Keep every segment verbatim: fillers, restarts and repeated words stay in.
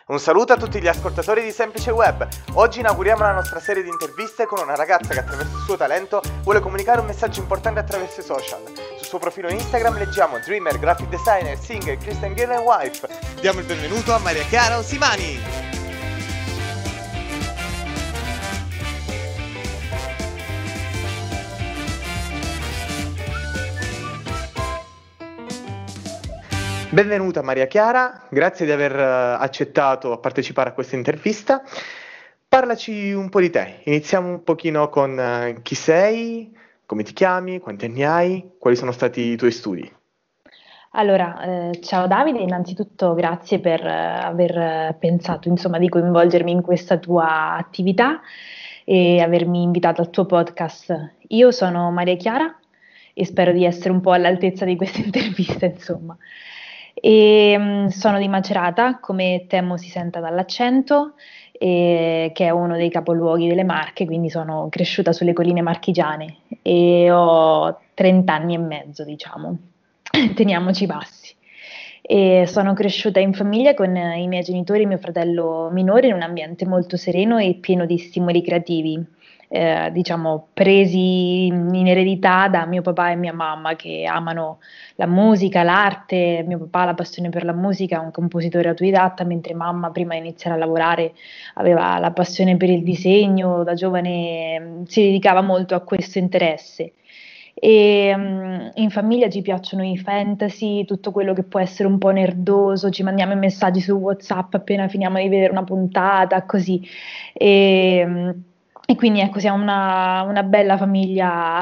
Un saluto a tutti gli ascoltatori di Semplice Web. Oggi inauguriamo la nostra serie di interviste con una ragazza che attraverso il suo talento vuole comunicare un messaggio importante attraverso i social. Sul suo profilo Instagram leggiamo dreamer, graphic designer, singer, Christian girl and wife. Diamo il benvenuto a Maria Chiara Osimani. Benvenuta Maria Chiara, grazie di aver accettato a partecipare a questa intervista. Parlaci un po' di te, iniziamo un pochino con chi sei, come ti chiami, quanti anni hai, quali sono stati i tuoi studi? Allora, eh, ciao Davide, innanzitutto grazie per eh, aver pensato, insomma, di coinvolgermi in questa tua attività e avermi invitato al tuo podcast. Io sono Maria Chiara e spero di essere un po' all'altezza di questa intervista, insomma. E, mh, sono di Macerata, come temo si senta dall'accento, e- che è uno dei capoluoghi delle Marche, quindi sono cresciuta sulle colline marchigiane e ho trenta anni e mezzo, diciamo. Teniamoci bassi. E sono cresciuta in famiglia con i miei genitori e mio fratello minore in un ambiente molto sereno e pieno di stimoli creativi, eh, diciamo presi in eredità da mio papà e mia mamma che amano la musica, l'arte. Mio papà ha la passione per la musica, è un compositore autodidatta, mentre mamma prima di iniziare a lavorare aveva la passione per il disegno, da giovane mm, si dedicava molto a questo interesse. E um, in famiglia ci piacciono i fantasy, tutto quello che può essere un po' nerdoso, ci mandiamo i messaggi su WhatsApp appena finiamo di vedere una puntata, così. E, um, e quindi ecco, siamo una, una bella famiglia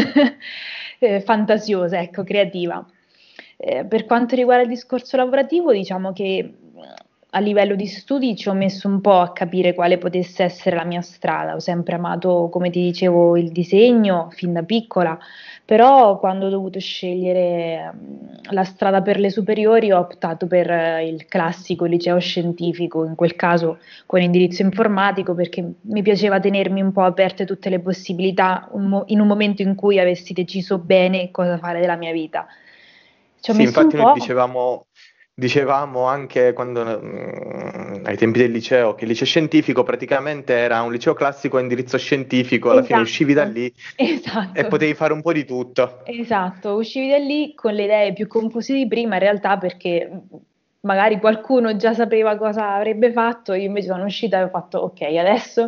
eh, fantasiosa, ecco, creativa. Eh, per quanto riguarda il discorso lavorativo, diciamo che a livello di studi ci ho messo un po' a capire quale potesse essere la mia strada. Ho sempre amato, come ti dicevo, il disegno fin da piccola, però quando ho dovuto scegliere mh, la strada per le superiori ho optato per eh, il classico liceo scientifico, in quel caso con indirizzo informatico, perché mi piaceva tenermi un po' aperte tutte le possibilità un mo- in un momento in cui avessi deciso bene cosa fare della mia vita. Ci ho Sì, messo un infatti noi po'. dicevamo, dicevamo anche quando, mm, ai tempi del liceo, che il liceo scientifico praticamente era un liceo classico a indirizzo scientifico, alla fine uscivi da Esatto, lì e esatto, potevi fare un po' di tutto. esatto. Uscivi da lì con le idee più confuse di prima, in realtà, perché mh, magari qualcuno già sapeva cosa avrebbe fatto, io invece sono uscita e ho fatto ok, adesso.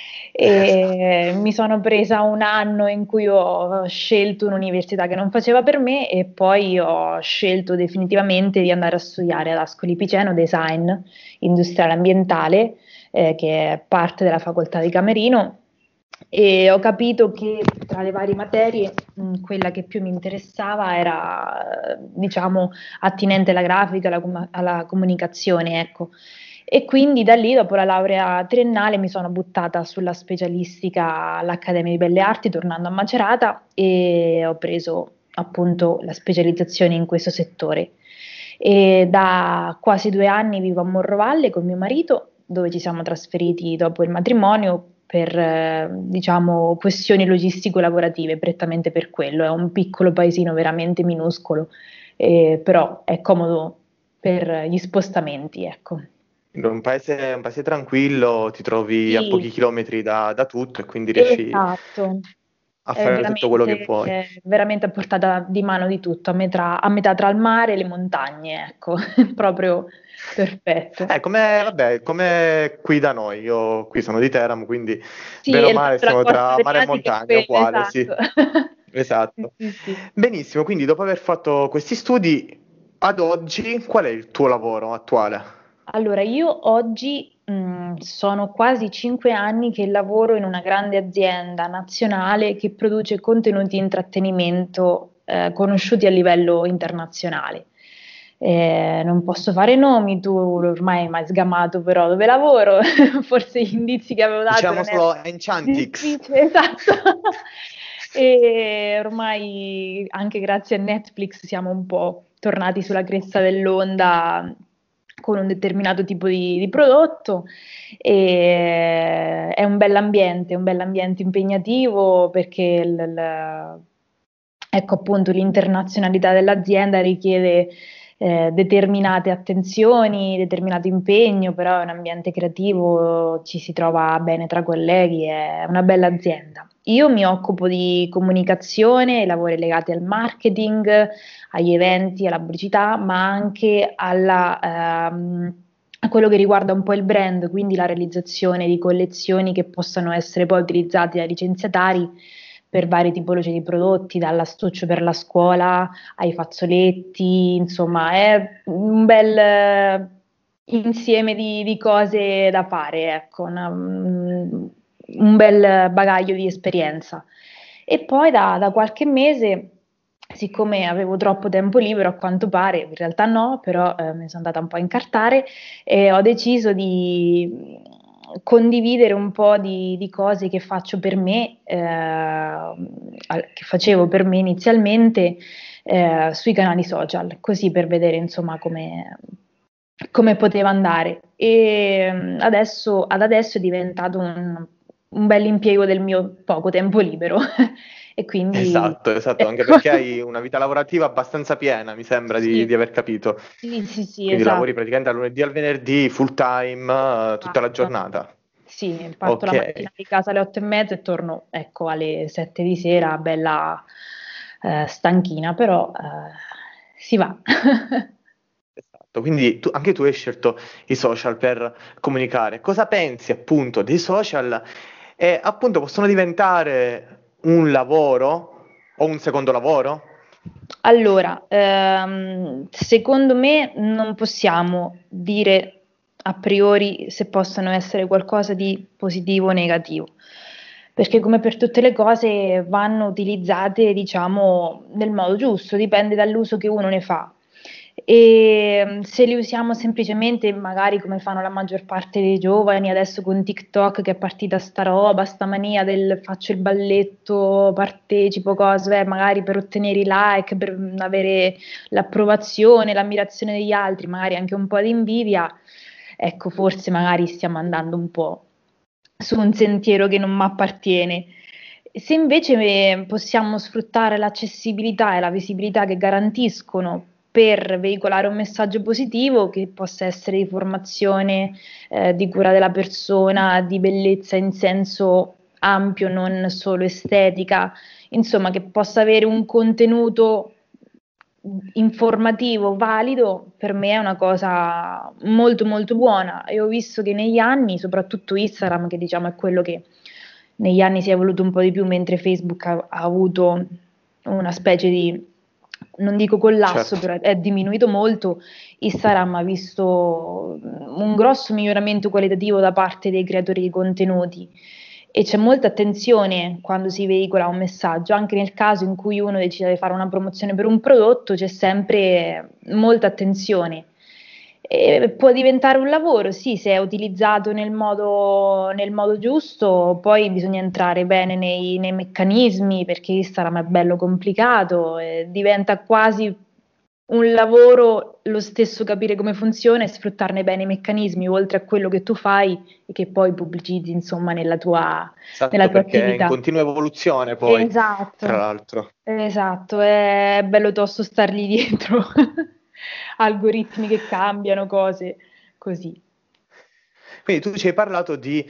E mi sono presa un anno in cui ho scelto un'università che non faceva per me e poi ho scelto definitivamente di andare a studiare ad Ascoli Piceno design industriale ambientale, eh, che è parte della facoltà di Camerino. E ho capito che tra le varie materie, mh, quella che più mi interessava era, eh, diciamo, attinente alla grafica, alla, com- alla comunicazione, ecco. E quindi da lì, dopo la laurea triennale, mi sono buttata sulla specialistica all'Accademia di Belle Arti, tornando a Macerata, e ho preso appunto la specializzazione in questo settore. E da quasi due anni vivo a Morrovalle con mio marito, dove ci siamo trasferiti dopo il matrimonio per, eh, diciamo, questioni logistico-lavorative, prettamente per quello. È un piccolo paesino veramente minuscolo, eh, però è comodo per gli spostamenti, ecco. In un paese, un paese tranquillo, ti trovi a Sì, pochi chilometri da, da tutto e quindi riesci esatto. a È fare tutto quello che veramente, vuoi. è veramente a portata di mano di tutto, a metà, a metà tra il mare e le montagne, ecco, proprio perfetto. Eh, come, vabbè, come qui da noi, io qui sono di Teramo, quindi Sì, bene o e il male nostro siamo rapporto tra mare e adriatico è montagna, quello, uguale, sì, esatto. Sì, esatto. sì, sì. Benissimo, quindi dopo aver fatto questi studi, ad oggi, qual è il tuo lavoro attuale? Allora, io oggi mh, sono quasi cinque anni che lavoro in una grande azienda nazionale che produce contenuti di intrattenimento eh, conosciuti a livello internazionale. Eh, non posso fare nomi, tu ormai mi hai sgamato però dove lavoro, forse gli indizi che avevo dato Diciamo non erano solo Enchantix. difficili, esatto. E ormai anche grazie a Netflix siamo un po' tornati sulla cresta dell'onda con un determinato tipo di, di prodotto e è un bell'ambiente, un bell'ambiente impegnativo perché il, il- ecco appunto l'internazionalità dell'azienda richiede eh, determinate attenzioni, determinato impegno, però è un ambiente creativo, ci si trova bene tra colleghi, è una bella azienda. Io mi occupo di comunicazione, lavori legati al marketing, agli eventi, alla pubblicità, ma anche alla, ehm, a quello che riguarda un po' il brand, quindi la realizzazione di collezioni che possano essere poi utilizzate dai licenziatari per varie tipologie di prodotti, dall'astuccio per la scuola ai fazzoletti, insomma, è un bel eh, insieme di, di cose da fare, ecco, una- un un bel bagaglio di esperienza. E poi da, da qualche mese, siccome avevo troppo tempo libero, a quanto pare, in realtà no, però eh, mi sono andata un po' a incartare e ho deciso di condividere un po' di, di cose che faccio per me, eh, al- che facevo per me inizialmente eh, sui canali social, così per vedere insomma come, come poteva andare. E mm, adesso, ad adesso è diventato un, un bel impiego del mio poco tempo libero. E quindi Esatto, esatto, anche ecco, perché hai una vita lavorativa abbastanza piena, mi sembra di, sì, di aver capito. sì, sì, sì, Quindi lavori esatto. praticamente dal lunedì al venerdì, full time, eh, tutta la Esatto. giornata. Sì, parto la mattina Ok. di casa alle otto e mezza e torno, ecco, alle sette di sera, bella eh, stanchina, però eh, si va. Esatto, quindi tu- anche tu hai scelto i social per comunicare. Cosa pensi appunto dei social e appunto possono diventare un lavoro o un secondo lavoro? Allora, ehm, secondo me non possiamo dire a priori se possono essere qualcosa di positivo o negativo, perché come per tutte le cose vanno utilizzate, diciamo, nel modo giusto, dipende dall'uso che uno ne fa. E mm, se li usiamo semplicemente, magari come fanno la maggior parte dei giovani, adesso con TikTok che è partita sta roba, sta mania del faccio il balletto, partecipo, cose, eh, magari per ottenere i like, per mm, avere l'approvazione, l'ammirazione degli altri, magari anche un po' di invidia, ecco, forse magari stiamo andando un po' su un sentiero che non mi appartiene. Se invece eh, possiamo sfruttare l'accessibilità e la visibilità che garantiscono per veicolare un messaggio positivo, che possa essere di formazione, eh, di cura della persona, di bellezza in senso ampio, non solo estetica, insomma, che possa avere un contenuto informativo, valido, per me è una cosa molto molto buona e ho visto che negli anni, soprattutto Instagram, che diciamo è quello che negli anni si è evoluto un po' di più, mentre Facebook ha, ha avuto una specie di, non dico collasso, Certo. però è diminuito molto. Instagram ha visto un grosso miglioramento qualitativo da parte dei creatori di contenuti e c'è molta attenzione quando si veicola un messaggio, anche nel caso in cui uno decida di fare una promozione per un prodotto, c'è sempre molta attenzione. E può diventare un lavoro, sì, se è utilizzato nel modo, nel modo giusto, poi bisogna entrare bene nei, nei meccanismi perché Instagram è bello complicato, e diventa quasi un lavoro lo stesso capire come funziona e sfruttarne bene i meccanismi, oltre a quello che tu fai e che poi pubblicizzi, insomma, nella tua, nella Esatto, tua perché è in attività. continua evoluzione poi, tra Esatto, l'altro. esatto, è bello tosto stargli dietro, algoritmi che cambiano, cose così. Quindi tu ci hai parlato di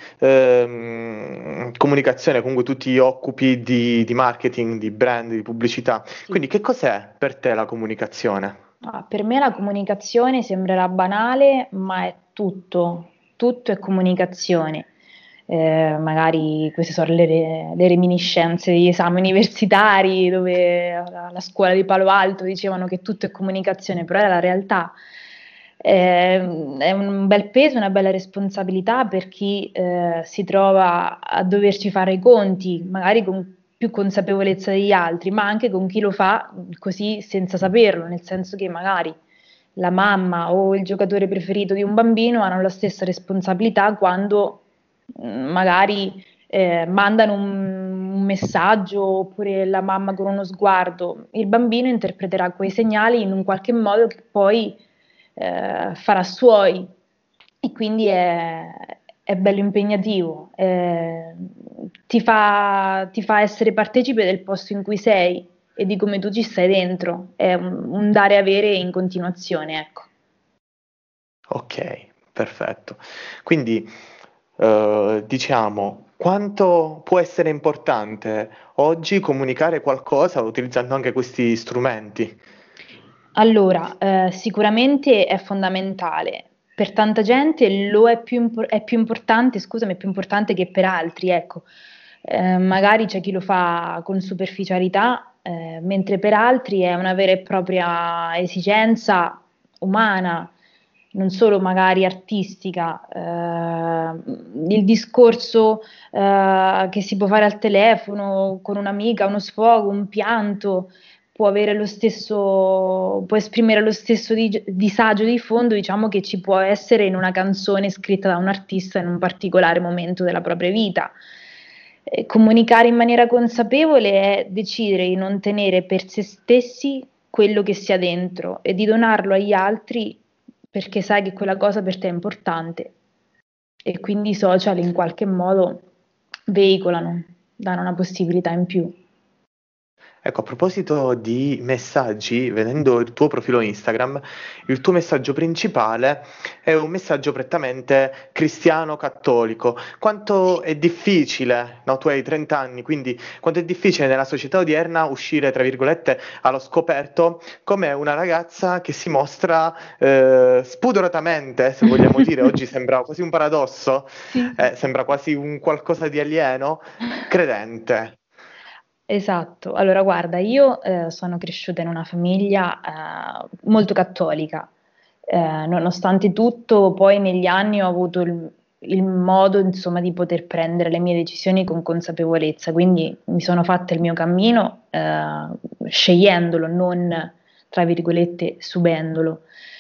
ehm, comunicazione, comunque tu ti occupi di, di marketing, di brand, di pubblicità. Sì. Quindi che cos'è per te la comunicazione? Ah, per me la comunicazione sembrerà banale, ma è tutto, tutto è comunicazione. Eh, magari queste sono le, le reminiscenze degli esami universitari, dove alla alla scuola di Palo Alto dicevano che tutto è comunicazione, però è la realtà. Eh, è un bel peso, una bella responsabilità per chi eh, si trova a doverci fare i conti, magari con più consapevolezza degli altri, ma anche con chi lo fa così senza saperlo, nel senso che magari la mamma o il giocatore preferito di un bambino hanno la stessa responsabilità quando mh, magari eh, mandano un, un messaggio oppure la mamma con uno sguardo. Il bambino interpreterà quei segnali in un qualche modo che poi eh, farà suoi e quindi è, è bello impegnativo, eh, ti fa, ti fa essere partecipe del posto in cui sei. e di come tu ci stai dentro. È un, un dare e avere in continuazione, ecco. Ok, perfetto. Quindi, eh, diciamo, quanto può essere importante oggi comunicare qualcosa utilizzando anche questi strumenti? Allora, eh, sicuramente è fondamentale. Per tanta gente lo è più, impor- è più importante, scusami, è più importante che per altri, ecco. Eh, magari c'è chi lo fa con superficialità, eh, mentre per altri è una vera e propria esigenza umana, non solo magari artistica. Eh, il discorso, eh, che si può fare al telefono con un'amica, uno sfogo, un pianto può avere lo stesso, può esprimere lo stesso di- disagio di fondo, diciamo che ci può essere in una canzone scritta da un artista in un particolare momento della propria vita. Eh, comunicare in maniera consapevole è decidere di non tenere per se stessi quello che si ha dentro e di donarlo agli altri perché sai che quella cosa per te è importante e quindi i social in qualche modo veicolano, danno una possibilità in più. Ecco, a proposito di messaggi, vedendo il tuo profilo Instagram, il tuo messaggio principale è un messaggio prettamente cristiano-cattolico. Quanto è difficile, no, tu hai trenta anni, quindi quanto è difficile nella società odierna uscire, tra virgolette, allo scoperto come una ragazza che si mostra eh, spudoratamente, se vogliamo dire, oggi sembra quasi un paradosso, Sì. eh, sembra quasi un qualcosa di alieno, credente. Esatto, allora guarda, io eh, sono cresciuta in una famiglia eh, molto cattolica. Eh, nonostante tutto, poi negli anni ho avuto il, il modo, insomma, di poter prendere le mie decisioni con consapevolezza, quindi mi sono fatta il mio cammino eh, scegliendolo, non, tra virgolette, subendolo.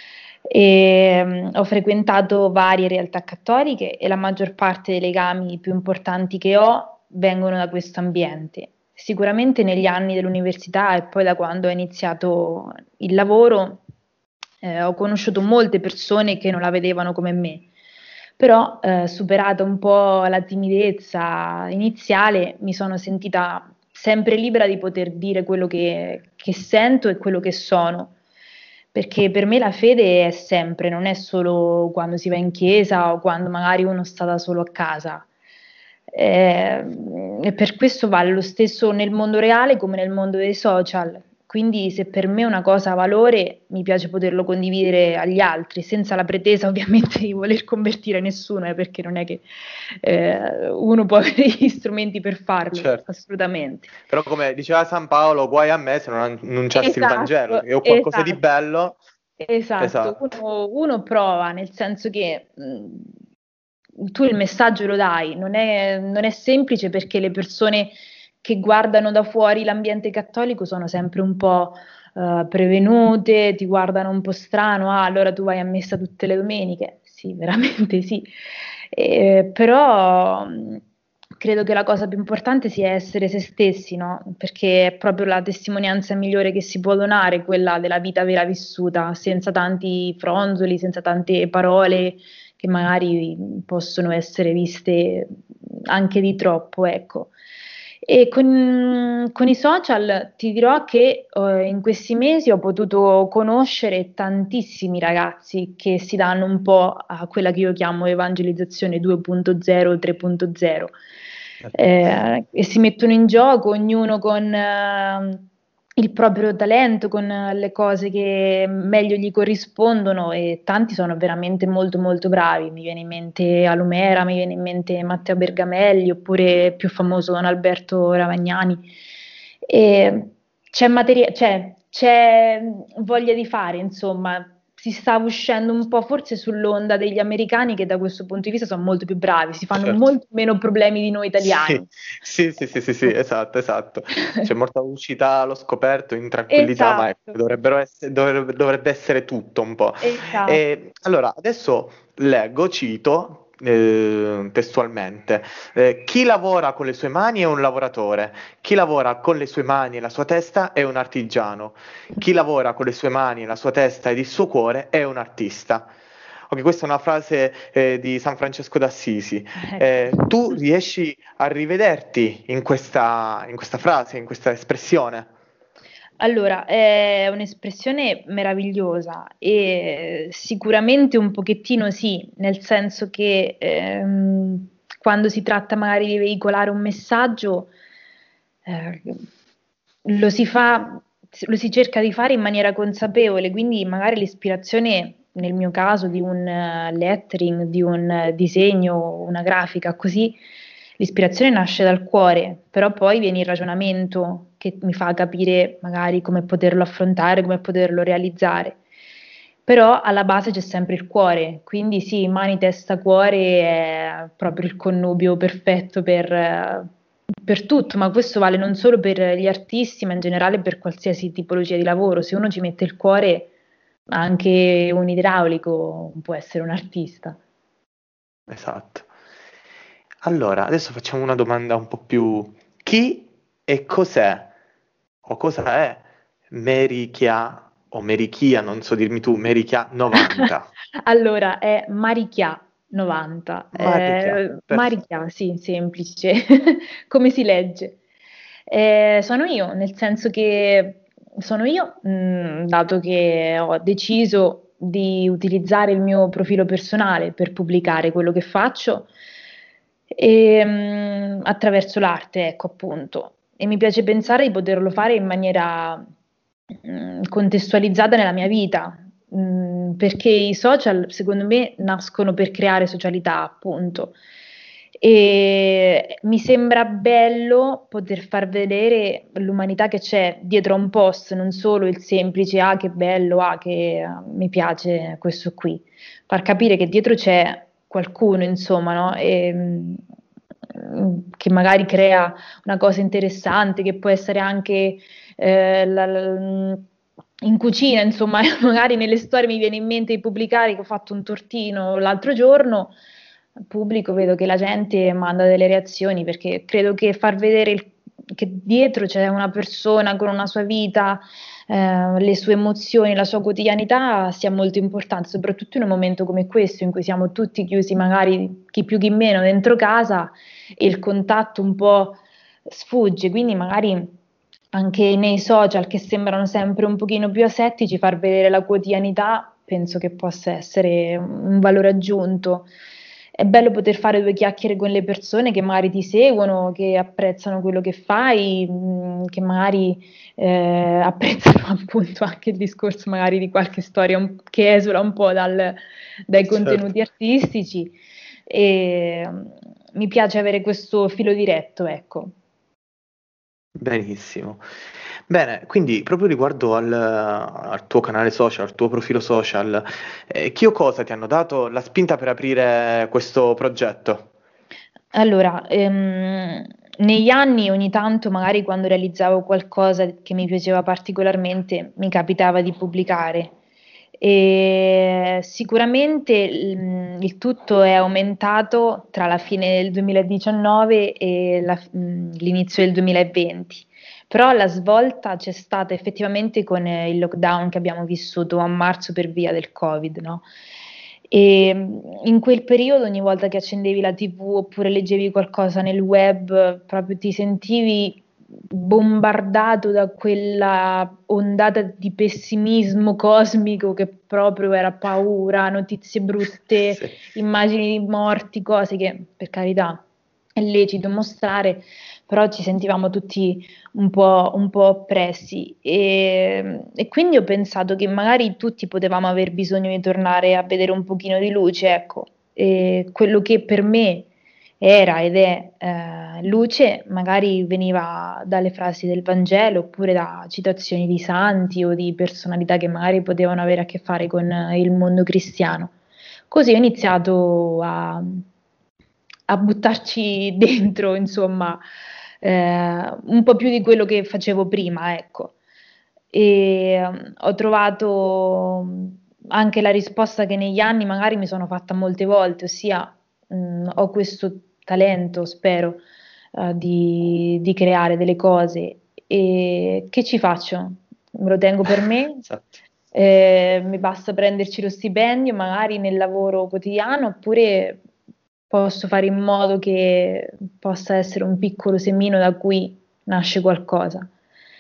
E, mm, ho frequentato varie realtà cattoliche e la maggior parte dei legami più importanti che ho vengono da questo ambiente. Sicuramente negli anni dell'università e poi da quando ho iniziato il lavoro eh, ho conosciuto molte persone che non la vedevano come me, però eh, superata un po' la timidezza iniziale mi sono sentita sempre libera di poter dire quello che, che sento e quello che sono. Perché per me la fede è sempre, non è solo quando si va in chiesa o quando magari uno sta da solo a casa. Eh, e per questo vale lo stesso nel mondo reale come nel mondo dei social. Quindi se per me una cosa ha valore, mi piace poterlo condividere agli altri, senza la pretesa ovviamente di voler convertire nessuno, eh, perché non è che eh, uno può avere gli strumenti per farlo, Certo. assolutamente. Però come diceva San Paolo, guai a me se non annunciassi il Vangelo, Esatto, e ho qualcosa di esatto. bello. Esatto, Esatto. uno, uno prova, nel senso che mh, tu il messaggio lo dai, non è, non è semplice perché le persone che guardano da fuori l'ambiente cattolico sono sempre un po' eh, prevenute, ti guardano un po' strano, ah, allora tu vai a messa tutte le domeniche. Sì, veramente sì. Eh, però mh, credo che la cosa più importante sia essere se stessi, no? Perché è proprio la testimonianza migliore che si può donare, quella della vita vera vissuta, senza tanti fronzoli, senza tante parole che magari possono essere viste anche di troppo, ecco. E con, con i social ti dirò che eh, in questi mesi ho potuto conoscere tantissimi ragazzi che si danno un po' a quella che io chiamo evangelizzazione due punto zero, tre punto zero, eh, e si mettono in gioco ognuno con eh, il proprio talento, con eh, le cose che meglio gli corrispondono e tanti sono veramente molto molto bravi. Mi viene in mente Alumera, mi viene in mente Matteo Bergamelli oppure più famoso Don Alberto Ravagnani. E c'è materia, c'è, c'è voglia di fare, insomma, si sta uscendo un po' forse sull'onda degli americani che da questo punto di vista sono molto più bravi, si fanno Certo. molto meno problemi di noi Sì, italiani. sì, sì, sì, sì, sì, Ecco. esatto, esatto. C'è molta uscita allo scoperto in tranquillità, ma ecco, Esatto, dovrebbero essere, dovrebbe, dovrebbe essere tutto un po'. esatto. E, allora, adesso leggo, cito eh, testualmente, eh, chi lavora con le sue mani è un lavoratore, chi lavora con le sue mani e la sua testa è un artigiano, chi lavora con le sue mani e la sua testa ed il suo cuore è un artista. Ok, questa è una frase eh, di San Francesco d'Assisi. Ecco. Eh, tu riesci a rivederti in questa, in questa frase, in questa espressione? Allora, è un'espressione meravigliosa e sicuramente un pochettino sì, nel senso che ehm, quando si tratta magari di veicolare un messaggio, eh, lo si fa, lo si cerca di fare in maniera consapevole, quindi magari l'ispirazione, nel mio caso, di un eh, lettering, di un eh, disegno, una grafica, così, l'ispirazione nasce dal cuore, però poi viene il ragionamento che mi fa capire magari come poterlo affrontare, come poterlo realizzare. Però alla base c'è sempre il cuore, quindi sì, mani, testa, cuore è proprio il connubio perfetto per, eh, per tutto, ma questo vale non solo per gli artisti, ma in generale per qualsiasi tipologia di lavoro. Se uno ci mette il cuore, anche un idraulico può essere un artista. Esatto. Allora, adesso facciamo una domanda un po' più... Chi e cos'è, o cosa è Mary Chia, o Mary Chia, non so dirmi tu, Mary Chia novanta. Allora, è Marichia novanta. Mary Chia, Eh, perfetto. Marichia, sì, semplice. Come si legge? Eh, sono io, nel senso che sono io, mh, dato che ho deciso di utilizzare il mio profilo personale per pubblicare quello che faccio e, mh, attraverso l'arte, ecco appunto. E mi piace pensare di poterlo fare in maniera mh, contestualizzata nella mia vita, mh, perché i social, secondo me, nascono per creare socialità, appunto. E mi sembra bello poter far vedere l'umanità che c'è dietro a un post, non solo il semplice ah che bello, ah che eh, mi piace questo qui. Far capire che dietro c'è qualcuno, insomma, no? E, mh, che magari crea una cosa interessante, che può essere anche eh, la- la- in cucina, insomma, magari nelle storie mi viene in mente di pubblicare che ho fatto un tortino l'altro giorno, pubblico, vedo che la gente manda delle reazioni perché credo che far vedere il- che dietro c'è una persona con una sua vita, eh, le sue emozioni, la sua quotidianità sia molto importante, soprattutto in un momento come questo in cui siamo tutti chiusi, magari chi più chi meno, dentro casa e il contatto un po' sfugge, quindi magari anche nei social che sembrano sempre un pochino più asettici, far vedere la quotidianità penso che possa essere un valore aggiunto. È bello poter fare due chiacchiere con le persone che magari ti seguono, che apprezzano quello che fai, mh, che magari eh, apprezzano appunto anche il discorso magari di qualche storia un- che esula un po' dal- dai Certo. contenuti artistici. E mm, mi piace avere questo filo diretto, ecco. Benissimo. Bene, quindi proprio riguardo al, al tuo canale social, al tuo profilo social, eh, chi o cosa ti hanno dato la spinta per aprire questo progetto? Allora, ehm, negli anni ogni tanto, magari quando realizzavo qualcosa che mi piaceva particolarmente, mi capitava di pubblicare. E sicuramente il, il tutto è aumentato tra la fine del duemiladiciannove e la- mh, l'inizio del duemilaventi. Però la svolta c'è stata effettivamente con eh, il lockdown che abbiamo vissuto a marzo per via del Covid, no? E mh, in quel periodo, ogni volta che accendevi la T V oppure leggevi qualcosa nel web, proprio ti sentivi bombardato da quella ondata di pessimismo cosmico che proprio era paura, notizie brutte, Sì, immagini di morti, cose che per carità è lecito mostrare, però ci sentivamo tutti un po', un po' oppressi e, e quindi ho pensato che magari tutti potevamo aver bisogno di tornare a vedere un pochino di luce, ecco, e quello che per me era ed è eh, luce, magari veniva dalle frasi del Vangelo oppure da citazioni di santi o di personalità che magari potevano avere a che fare con eh, il mondo cristiano. Così ho iniziato a, a buttarci dentro, insomma, eh, un po' più di quello che facevo prima, ecco. E um, ho trovato um, anche la risposta che negli anni magari mi sono fatta molte volte, ossia mh, ho questo talento, spero, eh, di, di creare delle cose e che ci faccio? Me lo tengo per me, esatto. eh, mi basta prenderci lo stipendio magari nel lavoro quotidiano oppure posso fare in modo che possa essere un piccolo semino da cui nasce qualcosa.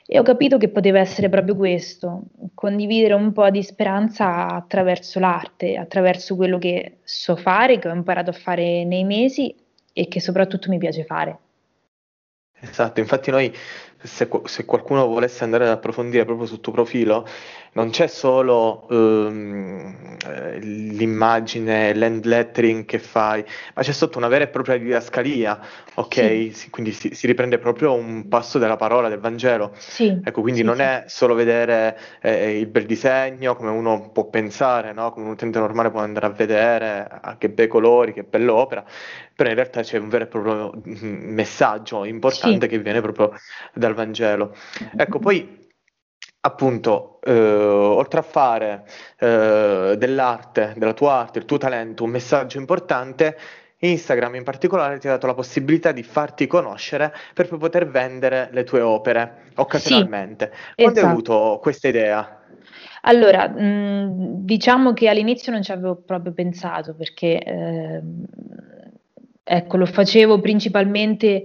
E ho capito che poteva essere proprio questo, condividere un po' di speranza attraverso l'arte, attraverso quello che so fare, che ho imparato a fare nei mesi e che soprattutto mi piace fare. Esatto, infatti noi se, qu- se qualcuno volesse andare ad approfondire proprio sul tuo profilo, non c'è solo ehm, eh, l'immagine, l'end lettering che fai, ma c'è sotto una vera e propria didascalia, Sì, ok? Si- quindi si, si riprende proprio un passo della parola, del Vangelo. sì, Ecco, quindi sì, non sì, è solo vedere eh, il bel disegno, come uno può pensare, no? Come un utente normale può andare a vedere, ah, che bei colori, che bella opera, però in realtà c'è un vero e proprio mm, messaggio sì. importante che viene proprio dal Vangelo. Ecco, poi appunto, eh, oltre a fare eh, dell'arte, della tua arte, il tuo talento, un messaggio importante, Instagram in particolare ti ha dato la possibilità di farti conoscere per poi poter vendere le tue opere Sì, occasionalmente. Quando hai esatto. avuto questa idea? Allora, mh, diciamo che all'inizio non ci avevo proprio pensato perché, ehm, ecco, lo facevo principalmente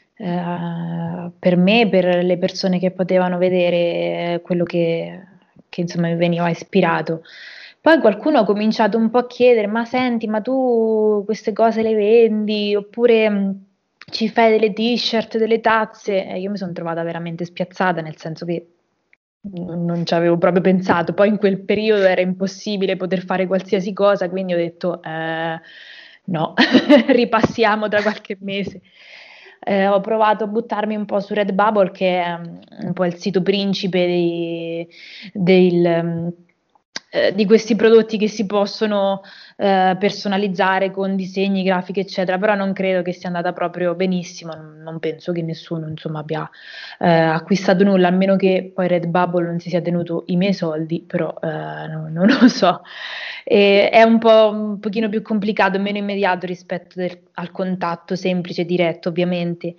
eh, per me, per le persone che potevano vedere quello che, che, insomma mi veniva ispirato. Poi qualcuno ha cominciato un po' a chiedere: ma senti, ma tu queste cose le vendi? Oppure mh, ci fai delle t-shirt, delle tazze? E io mi sono trovata veramente spiazzata, nel senso che non non ci avevo proprio pensato. Poi in quel periodo era impossibile poter fare qualsiasi cosa, quindi ho detto eh, no, ripassiamo tra qualche mese. Eh, ho provato a buttarmi un po' su Redbubble, che è um, un po' il sito principe dei- del, um, eh, di questi prodotti che si possono eh, personalizzare con disegni, grafiche, eccetera, però non credo che sia andata proprio benissimo, non, non penso che nessuno, insomma, abbia eh, acquistato nulla, a meno che poi Redbubble non si sia tenuto i miei soldi, però eh, no- non lo so. E è un po' un pochino più complicato, meno immediato rispetto del- al contatto semplice, diretto, ovviamente.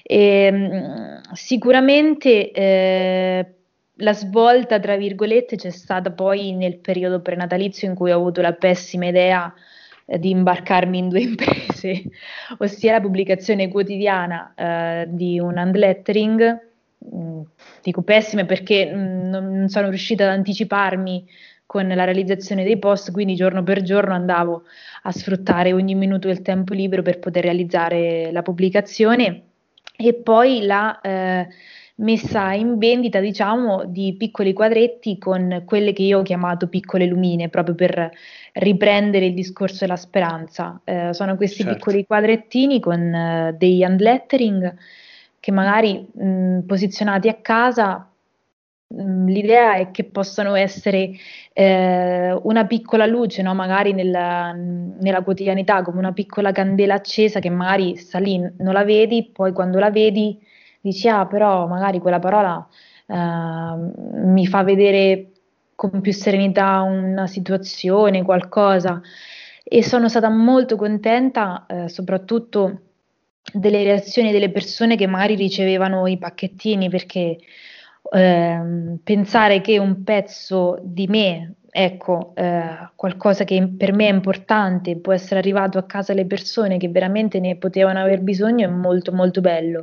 E, mh, sicuramente eh, la svolta, tra virgolette, c'è stata poi nel periodo prenatalizio in cui ho avuto la pessima idea eh, di imbarcarmi in due imprese, ossia la pubblicazione quotidiana eh, di un handlettering. mh, Dico pessime perché mh, non, non sono riuscita ad anticiparmi con la realizzazione dei post, quindi giorno per giorno andavo a sfruttare ogni minuto del tempo libero per poter realizzare la pubblicazione e poi la eh, messa in vendita, diciamo, di piccoli quadretti con quelle che io ho chiamato piccole lumine, proprio per riprendere il discorso della speranza. Eh, sono questi Certo. piccoli quadrettini con eh, dei hand lettering che magari mh, posizionati a casa. mh, L'idea è che possano essere eh, una piccola luce, no? Magari nella, nella quotidianità, come una piccola candela accesa che magari sta lì, non la vedi, poi quando la vedi dici, ah, però magari quella parola eh, mi fa vedere con più serenità una situazione, qualcosa. E sono stata molto contenta, eh, soprattutto delle reazioni delle persone che magari ricevevano i pacchettini, perché ehm, pensare che un pezzo di me, ecco, eh, qualcosa che per me è importante, può essere arrivato a casa alle persone che veramente ne potevano aver bisogno, è molto molto bello.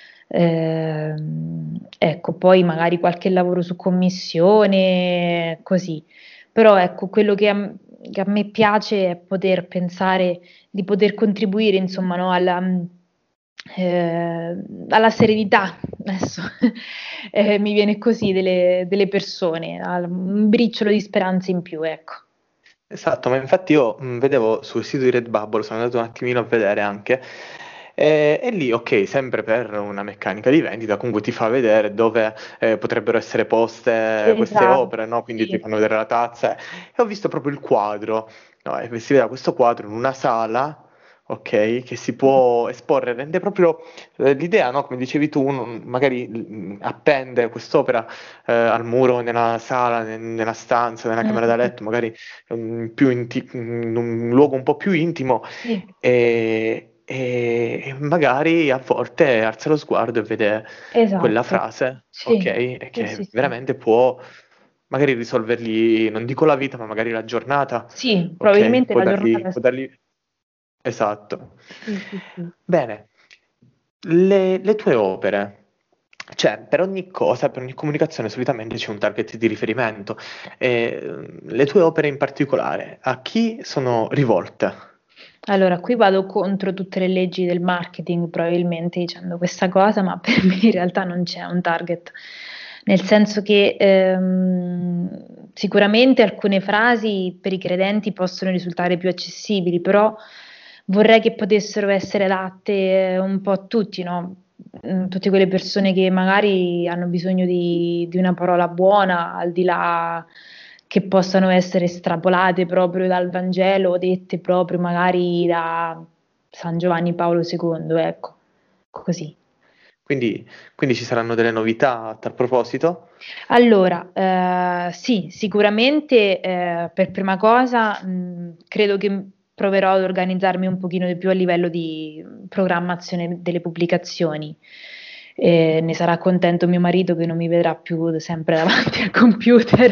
Ehm, ecco, poi magari qualche lavoro su commissione, così. Però ecco, quello che a, che a me piace è poter pensare di poter contribuire, insomma, no, alla, eh, alla serenità, adesso eh, mi viene così, delle, delle persone, al- un briciolo di speranza in più, ecco. Esatto, ma infatti io mh, vedevo sul sito di Redbubble, sono andato un attimino a vedere anche, e, e lì, ok, sempre per una meccanica di vendita, comunque ti fa vedere dove eh, potrebbero essere poste queste Esatto, opere, no? Quindi ti sì, fanno vedere la tazza, e ho visto proprio il quadro, no? E si vedeva questo quadro in una sala, ok, che si può esporre, rende proprio eh, l'idea, no? Come dicevi tu, uno magari mh, appende quest'opera eh, al muro nella sala, ne- nella stanza, nella Mm, camera da mm, letto, magari mm, più inti- in un luogo un po' più intimo sì, e, e- e magari a volte alza lo sguardo e vede quella esatto, frase, ok? sì, E sì, sì, che sì. veramente può magari risolvergli, non dico la vita, ma magari la giornata, Sì, ok? probabilmente Può la dargli, giornata può sì. dargli... Esatto. Sì, sì, sì. Bene, le, le tue opere. Cioè, per ogni cosa, per ogni comunicazione, solitamente c'è un target di riferimento. E, eh, le tue opere in particolare, a chi sono rivolte? Allora, qui vado contro tutte le leggi del marketing, probabilmente dicendo questa cosa, ma per me in realtà non c'è un target, nel senso che ehm, sicuramente alcune frasi per i credenti possono risultare più accessibili, però vorrei che potessero essere adatte eh, un po' a tutti, no? Mm, Tutte quelle persone che magari hanno bisogno di, di una parola buona, al di là che possano essere estrapolate proprio dal Vangelo o dette proprio magari da San Giovanni Paolo secondo, ecco, così. Quindi, quindi ci saranno delle novità a tal proposito? Allora, eh, sì, sicuramente eh, per prima cosa mh, credo che proverò ad organizzarmi un pochino di più a livello di programmazione delle pubblicazioni. Eh, ne sarà contento mio marito che non mi vedrà più sempre davanti al computer.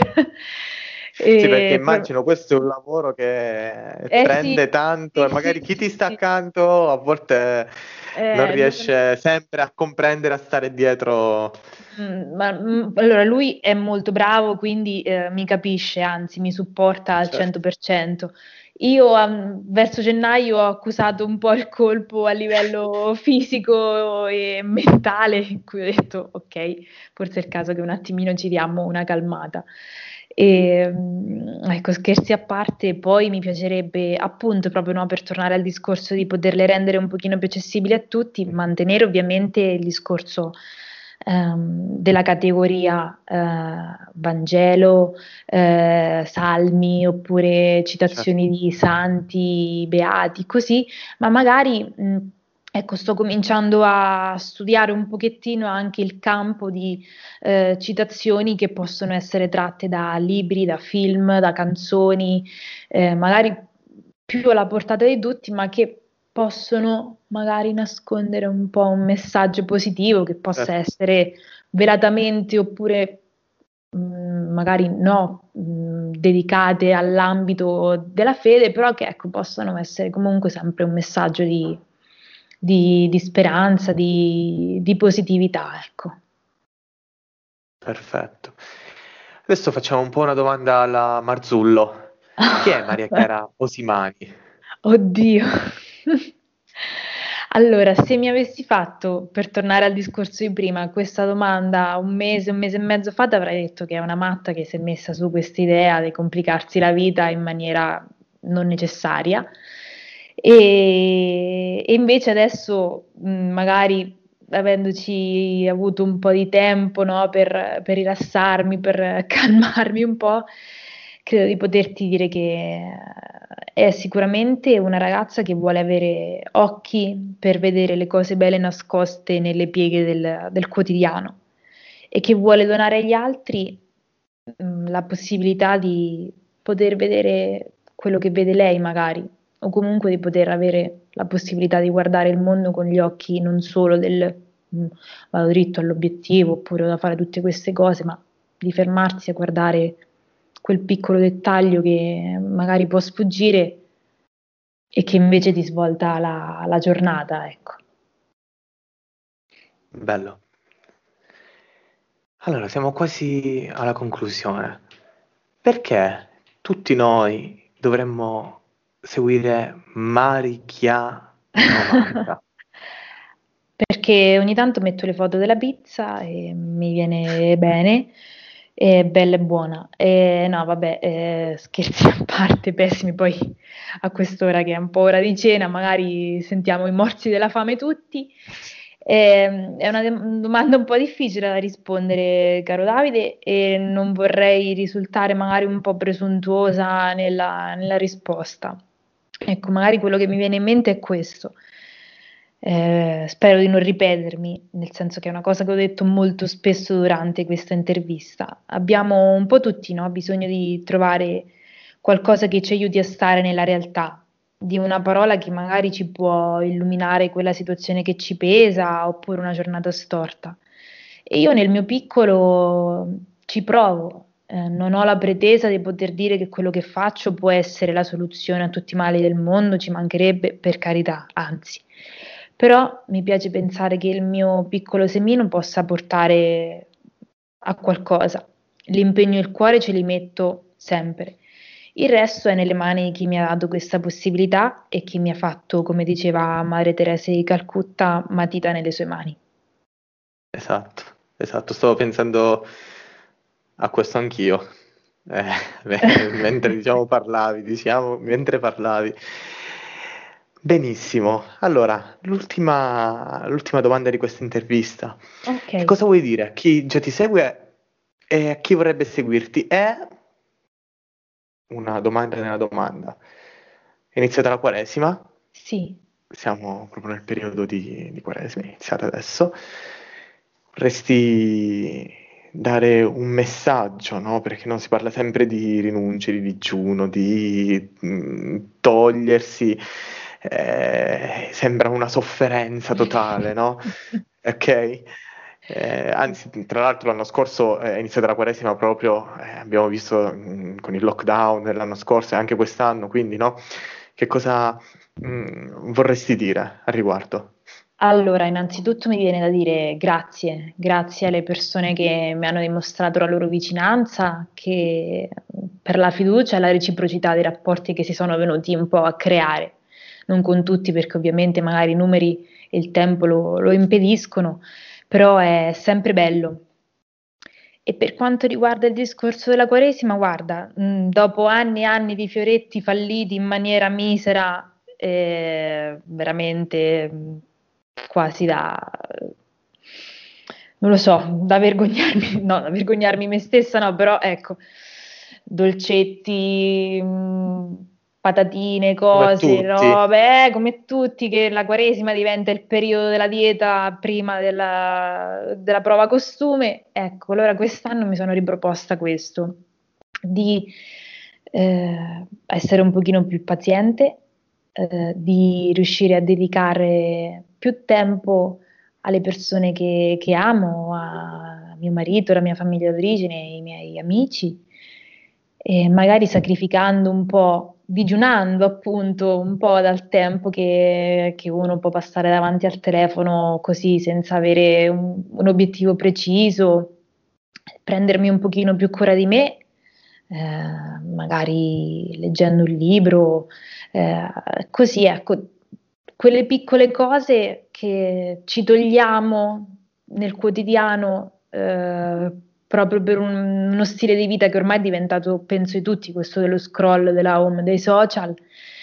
Sì, perché E pro- immagino questo è un lavoro che eh sì, prende tanto sì, e sì, magari chi ti sì, sta sì. accanto a volte non Eh, non- riesce sempre a comprendere, a stare dietro. Mm, ma, mm, allora, lui è molto bravo, quindi eh, mi capisce, anzi mi supporta al Certo. cento per cento. Io am, verso gennaio ho accusato un po' il colpo a livello fisico e mentale, in cui ho detto ok, forse è il caso che un attimino ci diamo una calmata. E, mm, ecco, scherzi a parte, poi mi piacerebbe appunto proprio no, per tornare al discorso di poterle rendere un pochino più accessibili a tutti, mantenere ovviamente il discorso ehm, della categoria eh, Vangelo, eh, salmi oppure Certo. citazioni di santi, beati, così, ma magari mh, ecco, sto cominciando a studiare un pochettino anche il campo di eh, citazioni che possono essere tratte da libri, da film, da canzoni, eh, magari più alla portata di tutti, ma che possono magari nascondere un po' un messaggio positivo che possa Certo. essere velatamente oppure mh, magari no, mh, dedicate all'ambito della fede, però che ecco, possano essere comunque sempre un messaggio di, di- di speranza, di, di positività, ecco. Perfetto. Adesso facciamo un po' una domanda alla Marzullo. Chi è Maria Chiara Osimani? Oddio. Allora, se mi avessi fatto, per tornare al discorso di prima, questa domanda un mese, un mese e mezzo fa, ti avrei detto che è una matta che si è messa su questa idea di complicarsi la vita in maniera non necessaria. E, e invece adesso, mh, magari avendoci avuto un po' di tempo, no, per, per rilassarmi, per calmarmi un po', credo di poterti dire che è sicuramente una ragazza che vuole avere occhi per vedere le cose belle nascoste nelle pieghe del, del quotidiano e che vuole donare agli altri mh, la possibilità di poter vedere quello che vede lei magari, o comunque di poter avere la possibilità di guardare il mondo con gli occhi non solo del mh, vado dritto all'obiettivo oppure da fare tutte queste cose, ma di fermarsi a guardare quel piccolo dettaglio che magari può sfuggire e che invece ti svolta la, la giornata, ecco. Bello. Allora, siamo quasi alla conclusione. Perché tutti noi dovremmo seguire Marichia novanta? Perché ogni tanto metto le foto della pizza e mi viene bene, è bella e buona. E no, vabbè, eh, scherzi a parte, pessimi, poi a quest'ora che è un po' ora di cena, magari sentiamo i morsi della fame tutti. Ehm, è una de- domanda un po' difficile da rispondere, caro Davide, e non vorrei risultare magari un po' presuntuosa nella nella risposta. Ecco, magari quello che mi viene in mente è questo. Eh, spero di non ripetermi, nel senso che è una cosa che ho detto molto spesso durante questa intervista. Abbiamo un po' tutti, no, bisogno di trovare qualcosa che ci aiuti a stare nella realtà, di una parola che magari ci può illuminare quella situazione che ci pesa oppure una giornata storta. E io nel mio piccolo ci provo, eh, non ho la pretesa di poter dire che quello che faccio può essere la soluzione a tutti i mali del mondo, ci mancherebbe, per carità, anzi. però mi piace pensare che il mio piccolo semino possa portare a qualcosa. L'impegno e il cuore ce li metto sempre. Il resto è nelle mani di chi mi ha dato questa possibilità e chi mi ha fatto, come diceva Madre Teresa di Calcutta, matita nelle sue mani. Esatto, esatto, stavo pensando a questo anch'io. Eh, beh, mentre diciamo parlavi, diciamo, mentre parlavi. Benissimo. Allora, l'ultima l'ultima domanda di questa intervista. Ok, Che cosa vuoi dire a chi già ti segue e a chi vorrebbe seguirti? È una domanda nella domanda. È iniziata la Quaresima, sì. siamo proprio nel periodo di, di Quaresima, è iniziata adesso. Vorresti dare un messaggio, no? Perché non si parla sempre di rinunce, di digiuno, di mh, togliersi, eh, sembra una sofferenza totale, no? Ok? Eh, anzi, tra l'altro l'anno scorso è iniziata la Quaresima proprio, eh, abbiamo visto mh, con il lockdown dell'anno scorso e anche quest'anno, quindi no? Che cosa mh, vorresti dire al riguardo? Allora, innanzitutto mi viene da dire grazie, grazie alle persone che mi hanno dimostrato la loro vicinanza, che per la fiducia e la reciprocità dei rapporti che si sono venuti un po' a creare. Non con tutti, perché ovviamente magari i numeri e il tempo lo, lo impediscono, però è sempre bello. E per quanto riguarda il discorso della Quaresima, guarda, mh, dopo anni e anni di fioretti falliti in maniera misera, eh, veramente mh, quasi da, non lo so, da vergognarmi, no, da vergognarmi me stessa, no, però ecco, dolcetti, mh, patatine, Come cose, tutti. robe, eh, come tutti, che la Quaresima diventa il periodo della dieta prima della, della prova costume. Ecco, allora quest'anno mi sono riproposta questo, di eh, essere un pochino più paziente, eh, di riuscire a dedicare più tempo alle persone che, che amo, a mio marito, la mia famiglia d'origine, i miei amici, e magari sacrificando un po', digiunando appunto un po' dal tempo che, che uno può passare davanti al telefono così senza avere un, un obiettivo preciso, prendermi un pochino più cura di me, eh, magari leggendo un libro, eh, così ecco, quelle piccole cose che ci togliamo nel quotidiano, eh, proprio per un- uno stile di vita che ormai è diventato, penso di tutti, questo dello scroll, della home, dei social,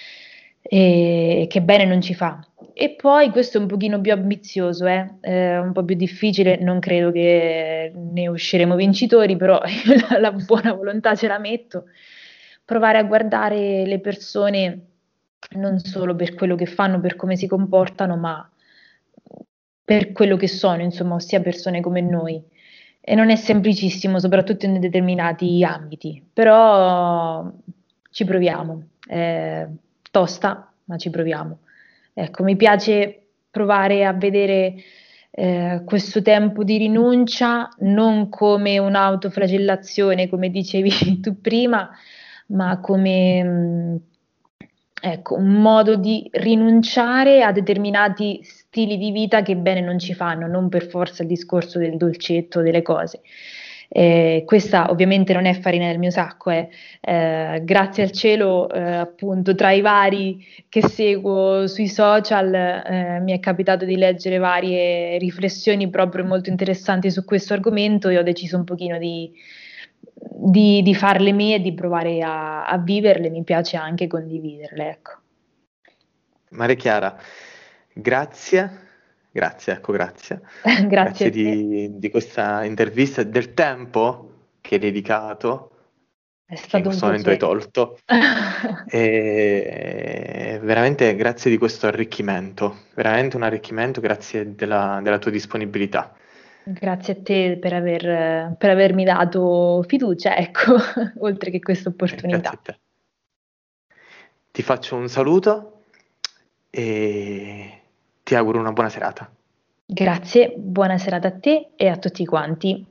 e che bene non ci fa. E poi questo è un pochino più ambizioso, eh? È un po' più difficile, non credo che ne usciremo vincitori, però la, la buona volontà ce la metto. Provare a guardare le persone non solo per quello che fanno, per come si comportano, ma per quello che sono, insomma, ossia persone come noi. E non è semplicissimo, soprattutto in determinati ambiti, però ci proviamo. È tosta, ma ci proviamo. Ecco, mi piace provare a vedere eh, questo tempo di rinuncia non come un'autoflagellazione, come dicevi tu prima, ma come mh, ecco, un modo di rinunciare a determinati stili di vita che bene non ci fanno, non per forza il discorso del dolcetto, delle cose. Eh, questa ovviamente non è farina del mio sacco, eh. Eh, grazie al cielo, eh, appunto, tra i vari che seguo sui social, eh, mi è capitato di leggere varie riflessioni proprio molto interessanti su questo argomento e ho deciso un pochino di, di, di farle mie e di provare a, a viverle, mi piace anche condividerle, ecco. Maria Chiara, grazie, grazie, ecco, grazie. Grazie Grazie a te, di, di questa intervista e del tempo che hai dedicato, è che in stato un questo momento hai piacere. tolto. E veramente grazie di questo arricchimento, veramente un arricchimento, grazie della, della tua disponibilità. Grazie a te per aver, per avermi dato fiducia, ecco, oltre che questa E grazie opportunità. a te. Ti faccio un saluto e ti auguro una buona serata. Grazie, buona serata a te e a tutti quanti.